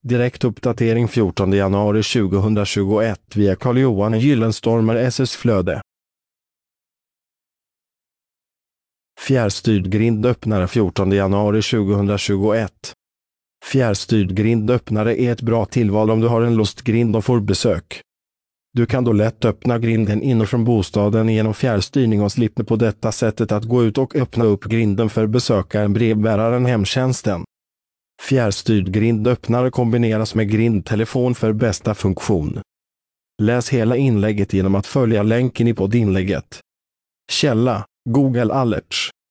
Direktuppdatering 14 januari 2021 via Carl-Johan Gyllenstormer SS Flöde. Fjärrstyrd grindöppnare 14 januari 2021. Fjärrstyrd grindöppnare är ett bra tillval om du har en låst grind och får besök. Du kan då lätt öppna grinden inifrån bostaden genom fjärrstyrning och slipper på detta sättet att gå ut och öppna upp grinden för besökaren, brevbäraren, hemtjänsten. Fjärrstyrd grindöppnare kombineras med grindtelefon för bästa funktion. Läs hela inlägget genom att följa länken i poddinlägget. Källa: Google Alerts.